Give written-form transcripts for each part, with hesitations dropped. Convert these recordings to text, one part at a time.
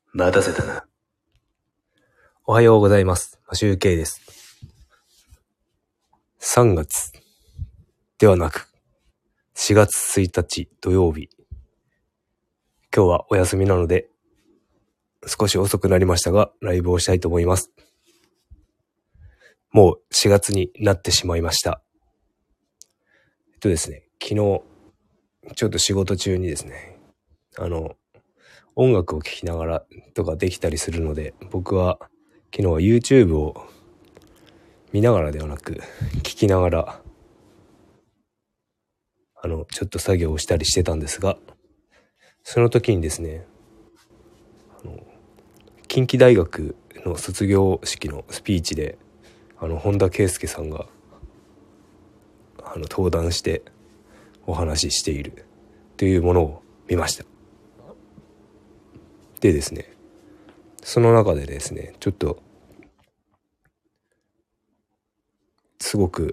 待たせたな。おはようございます。マシュウケイです。3月ではなく4月1日土曜日。今日はお休みなので少し遅くなりましたがライブをしたいと思います。もう4月になってしまいました。ですね、昨日ちょっと仕事中にですね、音楽を聴きながらとかできたりするので、僕は昨日は YouTube を見ながらではなく聞きながらちょっと作業をしたりしてたんですが、その時にですね、近畿大学の卒業式のスピーチで本田圭佑さんが登壇してお話ししているというものを見ました。でですね、その中でですね、ちょっとすごく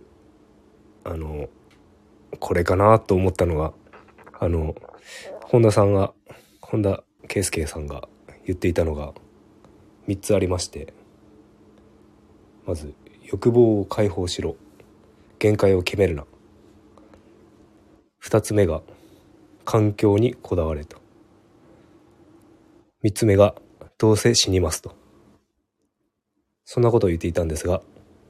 これかなと思ったのが本田圭佑さんが言っていたのが3つありまして、まず欲望を解放しろ、限界を決めるな。2つ目が環境にこだわれと。3つ目がどうせ死にますと。そんなことを言っていたんですが、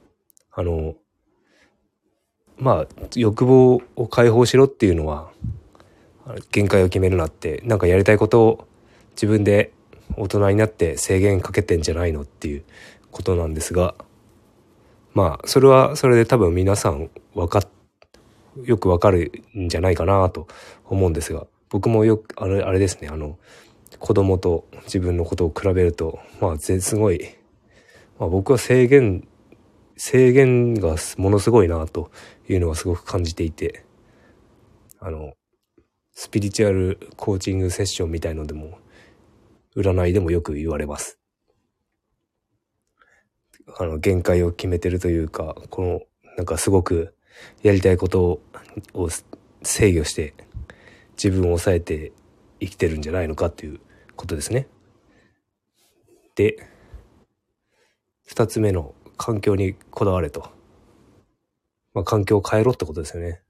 欲望を解放しろっていうのは限界を決めるなって、なんかやりたいことを自分で大人になって制限かけてんじゃないのっていうことなんですが、それはそれで多分皆さんよくわかるんじゃないかなと思うんですが、僕もよくあれですね、子供と自分のことを比べるとすごい、僕は制限がものすごいなというのはすごく感じていて、スピリチュアルコーチングセッションみたいのでも占いでもよく言われます。限界を決めてるというか、なんかすごくやりたいことを制御して自分を抑えて生きてるんじゃないのかということですね。で、2つ目の環境にこだわれと。環境を変えろってことですよね。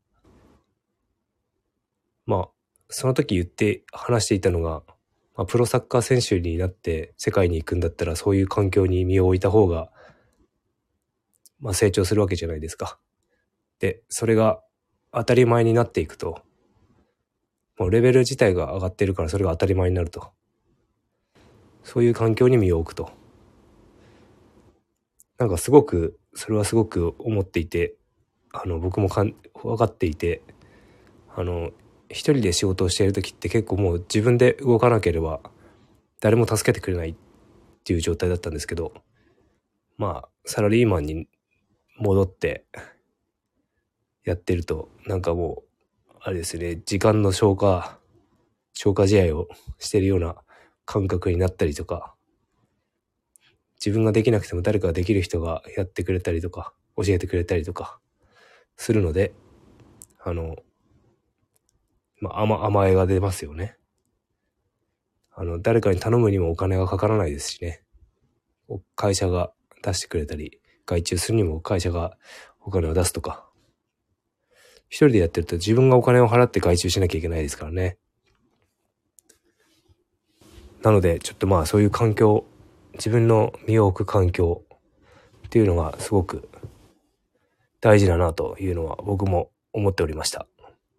その時話していたのが、プロサッカー選手になって世界に行くんだったらそういう環境に身を置いた方が成長するわけじゃないですか。で、それが当たり前になっていくと、もうレベル自体が上がってるからそれが当たり前になると。そういう環境に身を置くと。なんかそれはすごく思っていて、僕も分かっていて、一人で仕事をしている時って結構もう自分で動かなければ誰も助けてくれないっていう状態だったんですけど、サラリーマンに戻ってやってると、なんかもうあれですね、時間の消化試合をしてるような感覚になったりとか、自分ができなくても誰かができる人がやってくれたりとか教えてくれたりとかするので、甘えが出ますよね。誰かに頼むにもお金がかからないですしね。会社が出してくれたり、外注するにも会社がお金を出すとか。一人でやってると自分がお金を払って外注しなきゃいけないですからね。なのでちょっとそういう環境、自分の身を置く環境っていうのがすごく大事だなというのは僕も思っておりました。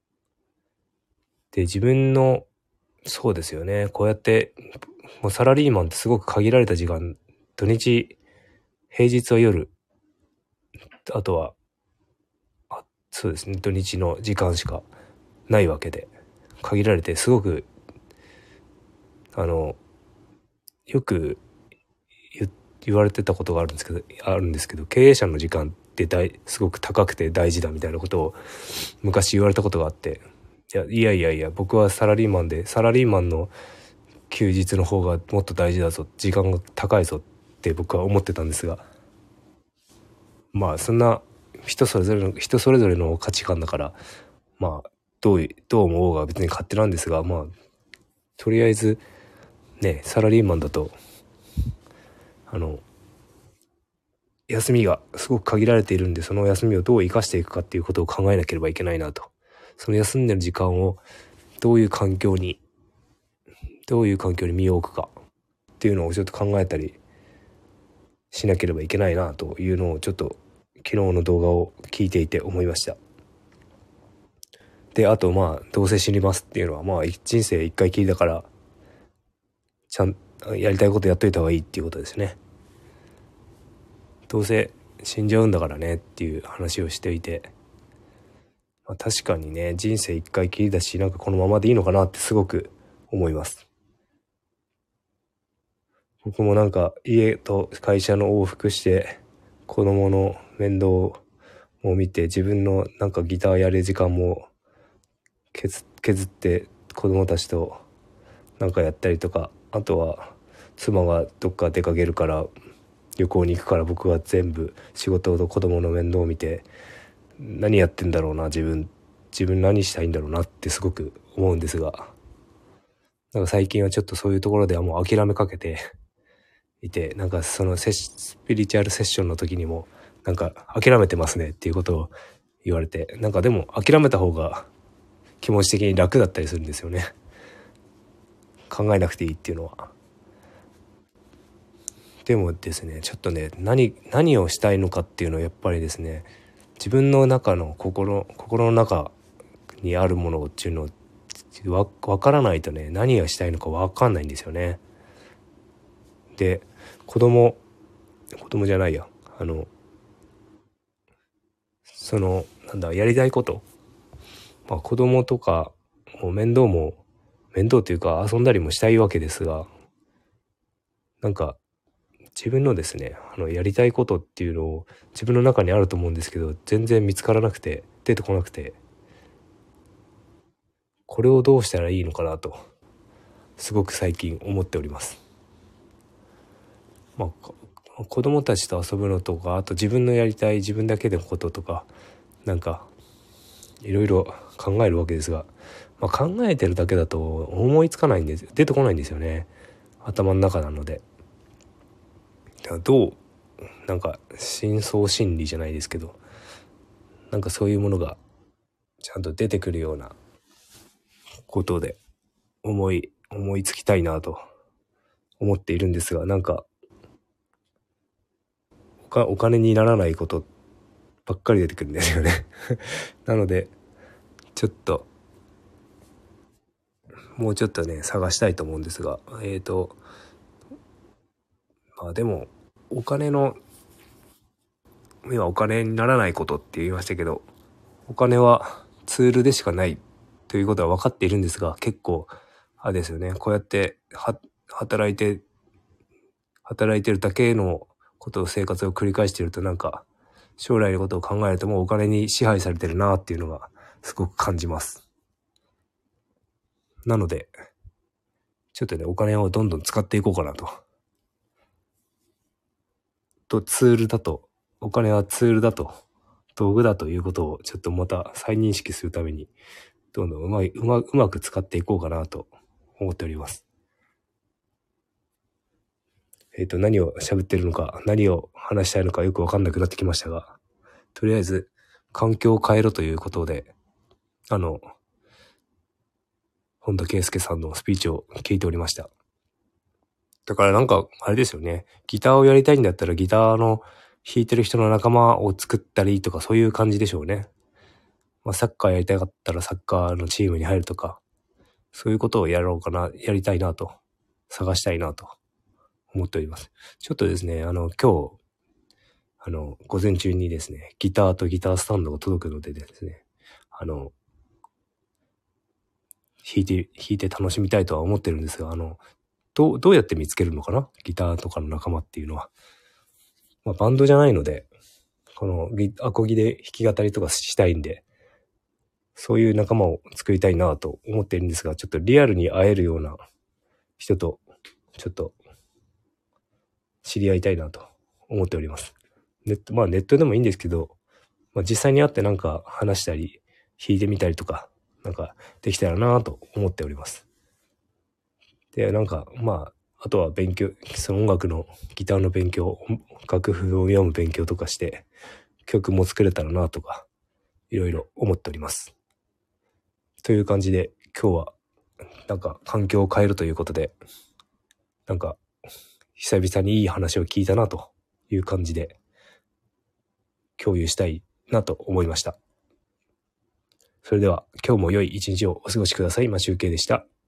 で、自分のそうですよね。こうやってもうサラリーマンってすごく限られた時間、土日、平日は夜、あとはそうですね、土日の時間しかないわけで、限られてすごくよく言われてたことがあるんですけど、経営者の時間ってすごく高くて大事だみたいなことを昔言われたことがあって、いや僕はサラリーマンで、サラリーマンの休日の方がもっと大事だぞ、時間が高いぞって僕は思ってたんですが、そんな人それぞれの価値観だから、どう思おうが別に勝手なんですが、とりあえずね、サラリーマンだと休みがすごく限られているんで、その休みをどう生かしていくかっていうことを考えなければいけないなと。その休んでる時間をどういう環境に身を置くかっていうのをちょっと考えたりしなければいけないなというのをちょっと昨日の動画を聞いていて思いました。で、あとどうせ死にますっていうのは人生一回きりだからやりたいことやっといた方がいいっていうことですね。どうせ死んじゃうんだからねっていう話をしていて、確かにね、人生一回きりだし、このままでいいのかなってすごく思います。僕も家と会社の往復して子供の面倒を見て、自分のギターやる時間も削って子供たちとやったりとか、あとは妻がどっか出かけるから旅行に行くから、僕は全部仕事と子供の面倒を見て、何やってんだろうな、自分何したいんだろうなってすごく思うんですが、最近はちょっとそういうところではもう諦めかけていて、そのスピリチュアルセッションの時にも諦めてますねっていうことを言われて、でも諦めた方が気持ち的に楽だったりするんですよね。考えなくていいっていうのは。でもですね、ちょっとね、何をしたいのかっていうのはやっぱりですね、自分の中の心の中にあるものっていうのをわからないとね、何がしたいのかわかんないんですよね。で、子供じゃないや、やりたいこと、子供とか面倒というか遊んだりもしたいわけですが、自分のですね、やりたいことっていうのを自分の中にあると思うんですけど、全然見つからなくて、出てこなくて、これをどうしたらいいのかなとすごく最近思っております。子供たちと遊ぶのとか、あと自分のやりたい自分だけのこととかいろいろ考えるわけですが、考えてるだけだと思いつかないんです、出てこないんですよね、頭の中なので。だからどう深層心理じゃないですけど、そういうものがちゃんと出てくるようなことで思いつきたいなと思っているんですが、お金にならないことばっかり出てくるんですよねなのでちょっともうちょっとね探したいと思うんですが、でも今お金にならないことって言いましたけど、お金はツールでしかないということは分かっているんですが、結構ですよね、こうやって働いてるだけのことを生活を繰り返していると、将来のことを考えるともうお金に支配されてるなっていうのがすごく感じます。なのでちょっとね、お金をどんどん使っていこうかなとツールだと、お金はツールだと、道具だということをちょっとまた再認識するために、どんどんうまく使っていこうかなと思っております。何を喋ってるのか、何を話したいのかよくわかんなくなってきましたが、とりあえず環境を変えろということで、本田圭佑さんのスピーチを聞いておりました。だからあれですよね、ギターをやりたいんだったらギターの弾いてる人の仲間を作ったりとか、そういう感じでしょうね。サッカーやりたかったらサッカーのチームに入るとか、そういうことをやりたいなと、探したいなと思っております。ちょっとですね、今日、午前中にですね、ギターとギタースタンドが届くのでですね、弾いて楽しみたいとは思ってるんですが、どうやって見つけるのかな、ギターとかの仲間っていうのは。バンドじゃないので、アコギで弾き語りとかしたいんで、そういう仲間を作りたいなと思っているんですが、ちょっとリアルに会えるような人と、ちょっと知り合いたいなと思っております。ネットでもいいんですけど、実際に会って話したり、弾いてみたりとか、できたらなと思っております。 で、なんか、まあ、あとは勉強、その音楽のギターの勉強、楽譜を読む勉強とかして、曲も作れたらなとか、いろいろ思っております。という感じで、今日は、なんか環境を変えるということで、なんか、久々にいい話を聞いたなという感じで、共有したいなと思いました。それでは、今日も良い一日をお過ごしください。マシュウケイでした。